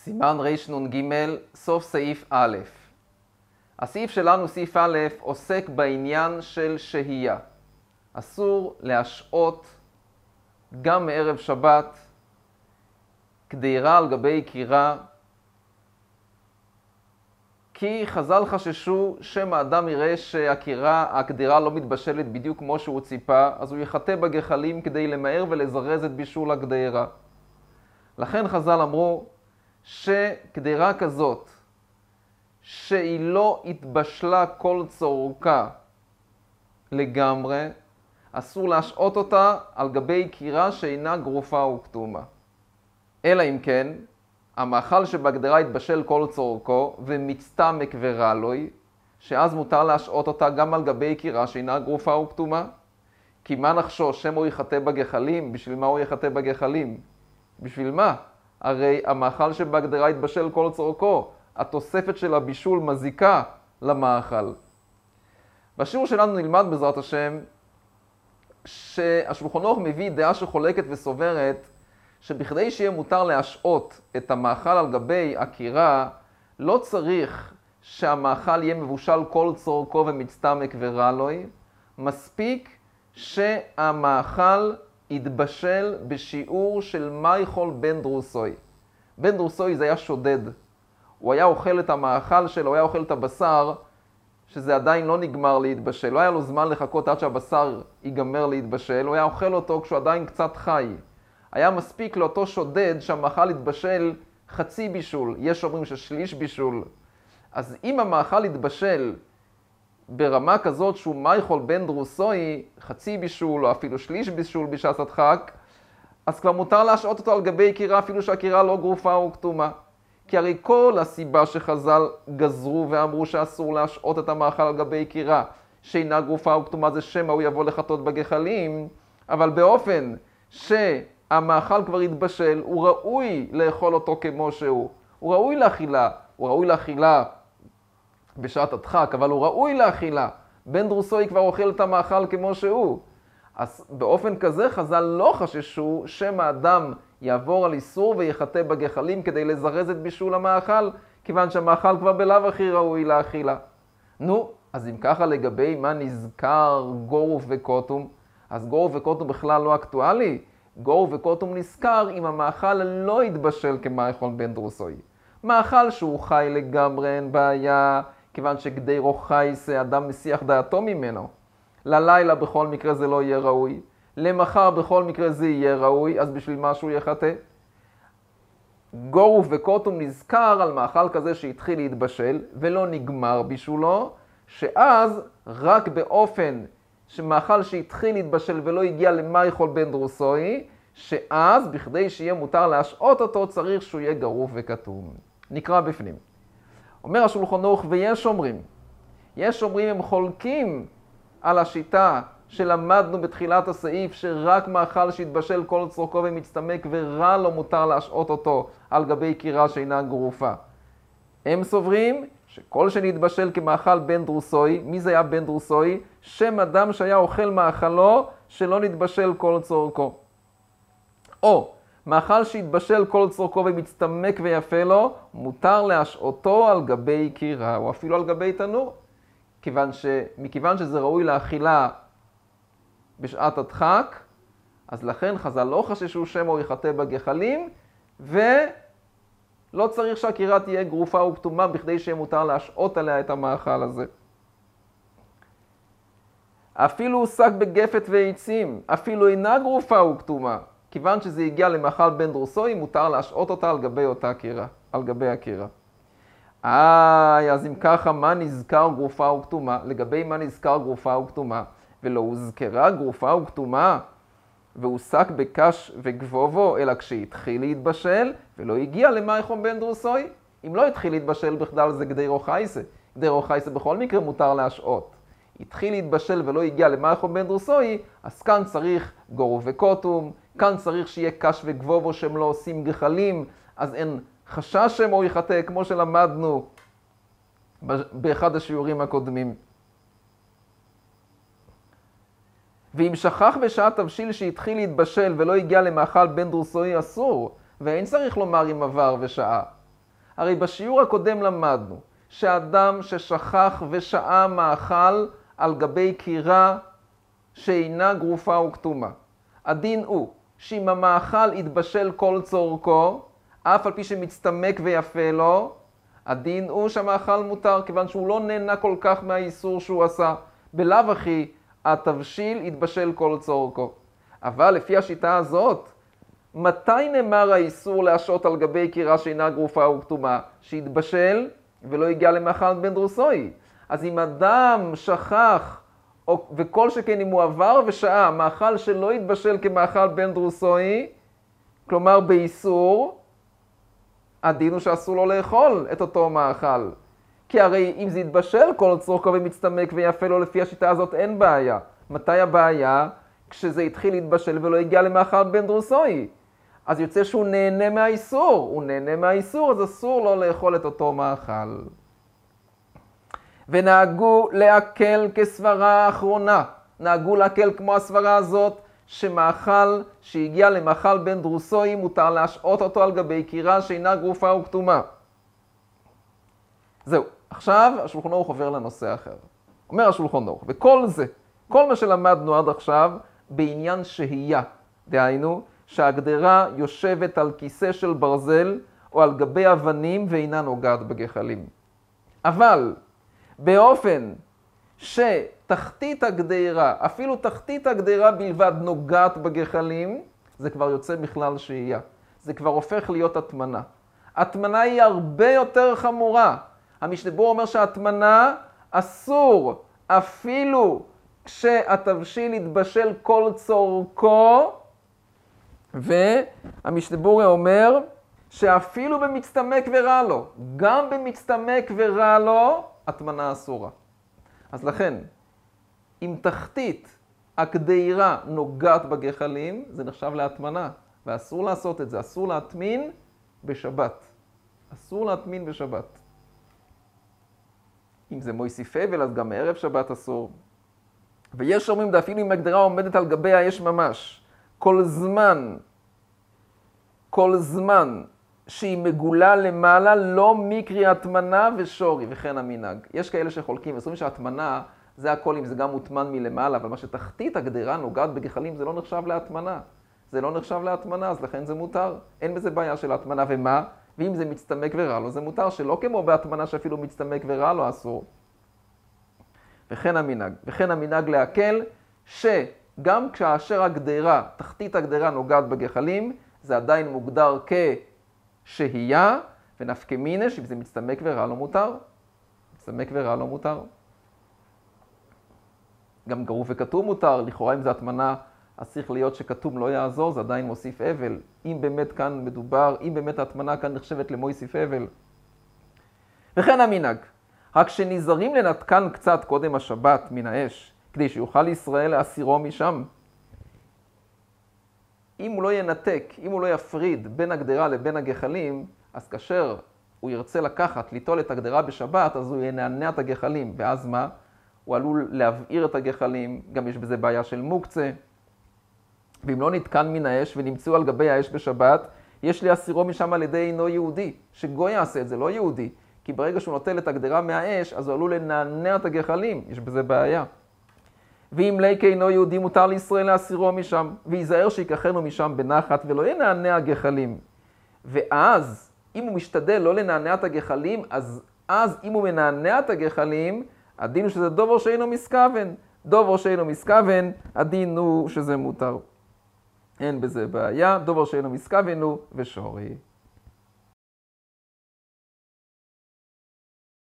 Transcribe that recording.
סימן רנ"ג, סוף סעיף א'. הסעיף שלנו, סעיף א', עוסק בעניין של שהייה. אסור להשעות גם מערב שבת קדירה על גבי קירה, כי חז"ל חששו שמא האדם יראה שהקדירה לא מתבשלת בדיוק כמו שהוא ציפה, אז הוא יחטא בגחלים כדי למהר ולזרז את בישול הקדירה. לכן חז"ל אמרו שקדירה כזאת, שהיא לא התבשלה כל צורכה לגמרי, אסור להשעות אותה על גבי קירה שאינה גרופה וכתומה. אלא אם כן, המאכל שבקדירה התבשל כל צורכו ומצטמק ורע לוי, שאז מותר להשעות אותה גם על גבי קירה שאינה גרופה וכתומה. כי מה נחשוש, שמא הוא יחטא בגחלים? בשביל מה הוא יחטא בגחלים? בשביל מה? הרי המאכל שבקדירה התבשל כל צורכו, התוספת של הבישול מזיקה למאכל. בשיעור שלנו נלמד בעזרת השם שהשולחן ערוך מביא דעה שחולקת וסוברת שבכדי שיהיה מותר להשעות את המאכל על גבי הקירה, לא צריך שהמאכל יהיה מבושל כל צורכו ומצטמק ורע לוי, מספיק שהמאכל יתבשל בשיעור של מייחול בן דרוסוי. בן דרוסוי זה היה שודד. הוא היה אוכל את המאכל שלו, הוא היה אוכל את הבשר, שזה עדיין לא נגמר להתבשל. לא היה לו זמן לחכות עד שהבשר ייגמר להתבשל, הוא היה אוכל אותו כשהוא עדיין קצת חי. היה מספיק לאותו שודד שהמאכל יתבשל חצי בישול, יש אומרים ששליש בישול. אז אם המאכל יתבשל ברמה כזאת שהוא מייחול בן דרוסוי, חצי בישול או אפילו שליש בישול בשעת הדחק, אז כבר מותר להשעות אותו על גבי קירה אפילו שהקירה לא גרופה או כתומה. כי הרי כל הסיבה שחז"ל גזרו ואמרו שאסור להשעות את המאכל על גבי קירה שאינה גרופה או כתומה זה שמא הוא יבוא לחטות בגחלים, אבל באופן שהמאכל כבר יתבשל, הוא ראוי לאכול אותו כמו שהוא. הוא ראוי לאכילה, הוא ראוי לאכילה בשעת הדחק, אבל הוא ראוי לאכילה. בן דרוסוי כבר אוכל את המאכל כמו שהוא. אז באופן כזה חז"ל לא חששו שמא אדם יעבור על איסור ויחטא בגחלים כדי לזרז את בישול המאכל, כיוון שהמאכל כבר בלאו הכי ראוי לאכילה. נו, אז אם ככה לגבי מה נזכר גורוף וקוטום, אז גורוף וקוטום בכלל לא אקטואלי. גורוף וקוטום נזכר אם המאכל לא יתבשל כמאכל בן דרוסוי. מאכל שהוא חי לגמרי אין בעיה, כיוון שגדירו חייסה אדם מסיח דעתו ממנו. ללילה בכל מקרה זה לא יהיה ראוי, למחר בכל מקרה זה יהיה ראוי, אז בשביל מה שהוא יחטא? גורוף וקוטום נזכר על מאכל כזה שהתחיל להתבשל ולא נגמר בישולו, שאז רק באופן שמאכל שהתחיל להתבשל ולא הגיע למייחול בן דרוסוי, שאז בכדי שיהיה מותר להשעות אותו צריך שהוא יהיה גרוף וכתום. נקרא בפנים. אומר השולחן ערוך, ויש אומרים הם חולקים על השיטה שלמדנו בתחילת הסעיף שרק מאכל שהתבשל כל צורכו ומצטמק ורע לא מותר להשעות אותו על גבי קירה שאינה גרופה. הם סוברים שכל שנתבשל כמאכל בן דרוסוי, מי זה היה בן דרוסוי? שם אדם שהיה אוכל מאכלו שלא נתבשל כל צורכו. או מאכל שהתבשל כל צורכו ומצטמק ויפה לו, מותר להשעותו על גבי קירה או אפילו על גבי תנור. מכיוון שזה ראוי לאכילה בשעת הדחק, אז לכן חז"ל לא חששו שמא הוא יחטא בגחלים, ולא צריך שהקירה תהיה גרופה וכתומה בכדי שיהיה מותר להשעות עליה את המאכל הזה. אפילו הושג בגפת ועצים, אפילו אינה גרופה וכתומה, כיוון שזה הגיע למאכל בן דרוסוי, מותר להשעות אותה על גבי אותה קירה, על גבי הקירה. אז אם ככה, מה נזכר גרופה וכתומה? לגבי מה נזכר גרופה וכתומה? ולא הוזכרה גרופה וכתומה, והוסק בקש וגבובו, אלא כשהתחיל להתבשל, ולא הגיע למייחול בן דרוסוי. אם לא התחיל להתבשל בכלל זה גדירו חייסה. גדירו חייסה בכל מקרה מותר להשעות. התחיל להתבשל ולא הגיע למייחול בן דרוסוי, אז כאן צריך גורוף וקוטום, כאן צריך שיהיה קש וגבובו שהם לא עושים גחלים, אז אין חשש שמא הוא יחטא, כמו שלמדנו באחד השיעורים הקודמים. ואם שכח בשעת תבשיל שהתחיל להתבשל ולא הגיע למאכל בן דרוסוי אסור, ואין צריך לומר אם עבר ושעה. הרי בשיעור הקודם למדנו שאדם ששכח ושעה מאכל על גבי קירה שאינה גרופה וכתומה. הדין הוא שאם המאכל יתבשל כל צורכו, אף על פי שמצטמק ויפה לו, הדין הוא שהמאכל מותר, כיוון שהוא לא נהנה כל כך מהאיסור שהוא עשה. בלאו הכי, התבשיל יתבשל כל צורכו. אבל לפי השיטה הזאת, מתי נאמר האיסור להשעות על גבי קירה שאינה גרופה וכתומה? שיתבשל ולא הגיע למאכל בן דרוסוי. אז אם אדם שכח, וכל שכן אם הוא עבר ושעה, מאכל שלא יתבשל כמאכל בן דרוסוי, כלומר באיסור, הדין הוא שאסור לו לאכול את אותו מאכל. כי הרי אם זה יתבשל כל צורכו ומצטמק ויפה לו, לפי השיטה הזאת אין בעיה. מתי הבעיה? כשזה התחיל להתבשל ולא הגיע למאכל בן דרוסוי. אז יוצא שהוא נהנה מהאיסור. הוא נהנה מהאיסור, אז אסור לו לאכול את אותו מאכל. ונהגו להקל כסברה האחרונה. נהגו להקל כמו הסברה הזאת, שמאכל שהגיע למאכל בן דרוסוי מותר להשעות אותו על גבי קירה שאינה גרופה וכתומה. זהו. עכשיו השולחן ערוך עובר לנושא אחר. אומר השולחן ערוך, וכל זה, כל מה שלמדנו עד עכשיו, בעניין שהייה. דהיינו, שהגדרה יושבת על כיסא של ברזל או על גבי אבנים ואינה נוגעת בגחלים. אבל באופן שתחתית הגדרה, אפילו תחתית הגדרה בלבד נוגעת בגחלים, זה כבר יוצא בכלל שהייה. זה כבר הופך להיות הטמנה. הטמנה היא הרבה יותר חמורה. המשנה ברורה אומר שההטמנה אסור אפילו כשהתבשיל יתבשל כל צורכו, והמשנה ברורה אומר שאפילו במצטמק ורע לו, גם במצטמק ורע לו, הטמנה אסורה. אז לכן, אם תחתית הגדרה נוגעת בגחלים, זה נחשב להטמנה, ואסור לעשות את זה, אסור להטמין בשבת. אסור להטמין בשבת. אם זה מויסיף אבל, אז גם מערב שבת אסור. ויש אומרים, אפילו אם הגדרה עומדת על גבי האש ממש, כל זמן שהיא מגולה למעלה, לא מקרי הטמנה ושורי, וכן המנהג. יש כאלה שחולקים, וסורים שההטמנה זה הכל אם זה גם מוטמן מלמעלה, אבל מה שתחתית הגדרה נוגעת בגחלים זה לא נחשב להטמנה. זה לא נחשב להטמנה, אז לכן זה מותר. אין בזה בעיה של הטמנה, ומה? ואם זה מצטמק ורע לו, זה מותר, שלא כמו בהטמנה שאפילו מצטמק ורע לו אסור. וכן המנהג להקל, שגם כאשר הגדרה, תחתית הגדרה נוגעת בגחלים, זה עדיין מוגדר כשהייה, ונפקא מינה, שאם זה מצטמק ורע לו מותר. מצטמק ורע לו מותר. גם גרוף וכתום מותר, לכאורה אם זה הטמנה, אז צריך להיות שכתום לא יעזור, זה עדיין מוסיף אבל. אם באמת כאן מדובר, אם באמת ההטמנה כאן נחשבת למוסיף אבל. וכן המנהג, רק שנזהרים לנתקן קצת קודם השבת מן האש, כדי שיוכל ישראל להסירו משם. אם הוא לא ינתק, אם הוא לא יפריד בין הגדרה לבין הגחלים, אז כאשר הוא ירצה לקחת, ליטול את הגדרה בשבת, אז הוא ינענע את הגחלים. ואז מה? הוא עלול להבעיר את הגחלים, גם יש בזה בעיה של מוקצה. ואם לא נתקן מן האש ונמצאו על גבי האש בשבת, יש להסירו משם על ידי אינו יהודי, שגוי יעשה את זה, לא יהודי. כי ברגע שהוא נוטל את הגדרה מהאש, אז הוא עלול לנענע את הגחלים, יש בזה בעיה. ואם ליקה אינו יהודי מותר לישראל להסירו משם, וייזהר שיקחנו משם בנחת ולא ינענע הגחלים. ואז, אם הוא משתדל לא לנענע את הגחלים, אז אם הוא מנענע את הגחלים, הדין הוא שזה דובר שאינו מסכוון. דובר שאינו מסכוון, הדין הוא שזה מותר. אין בזה בעיה, דובר שאינו מסכוון הוא ושורי.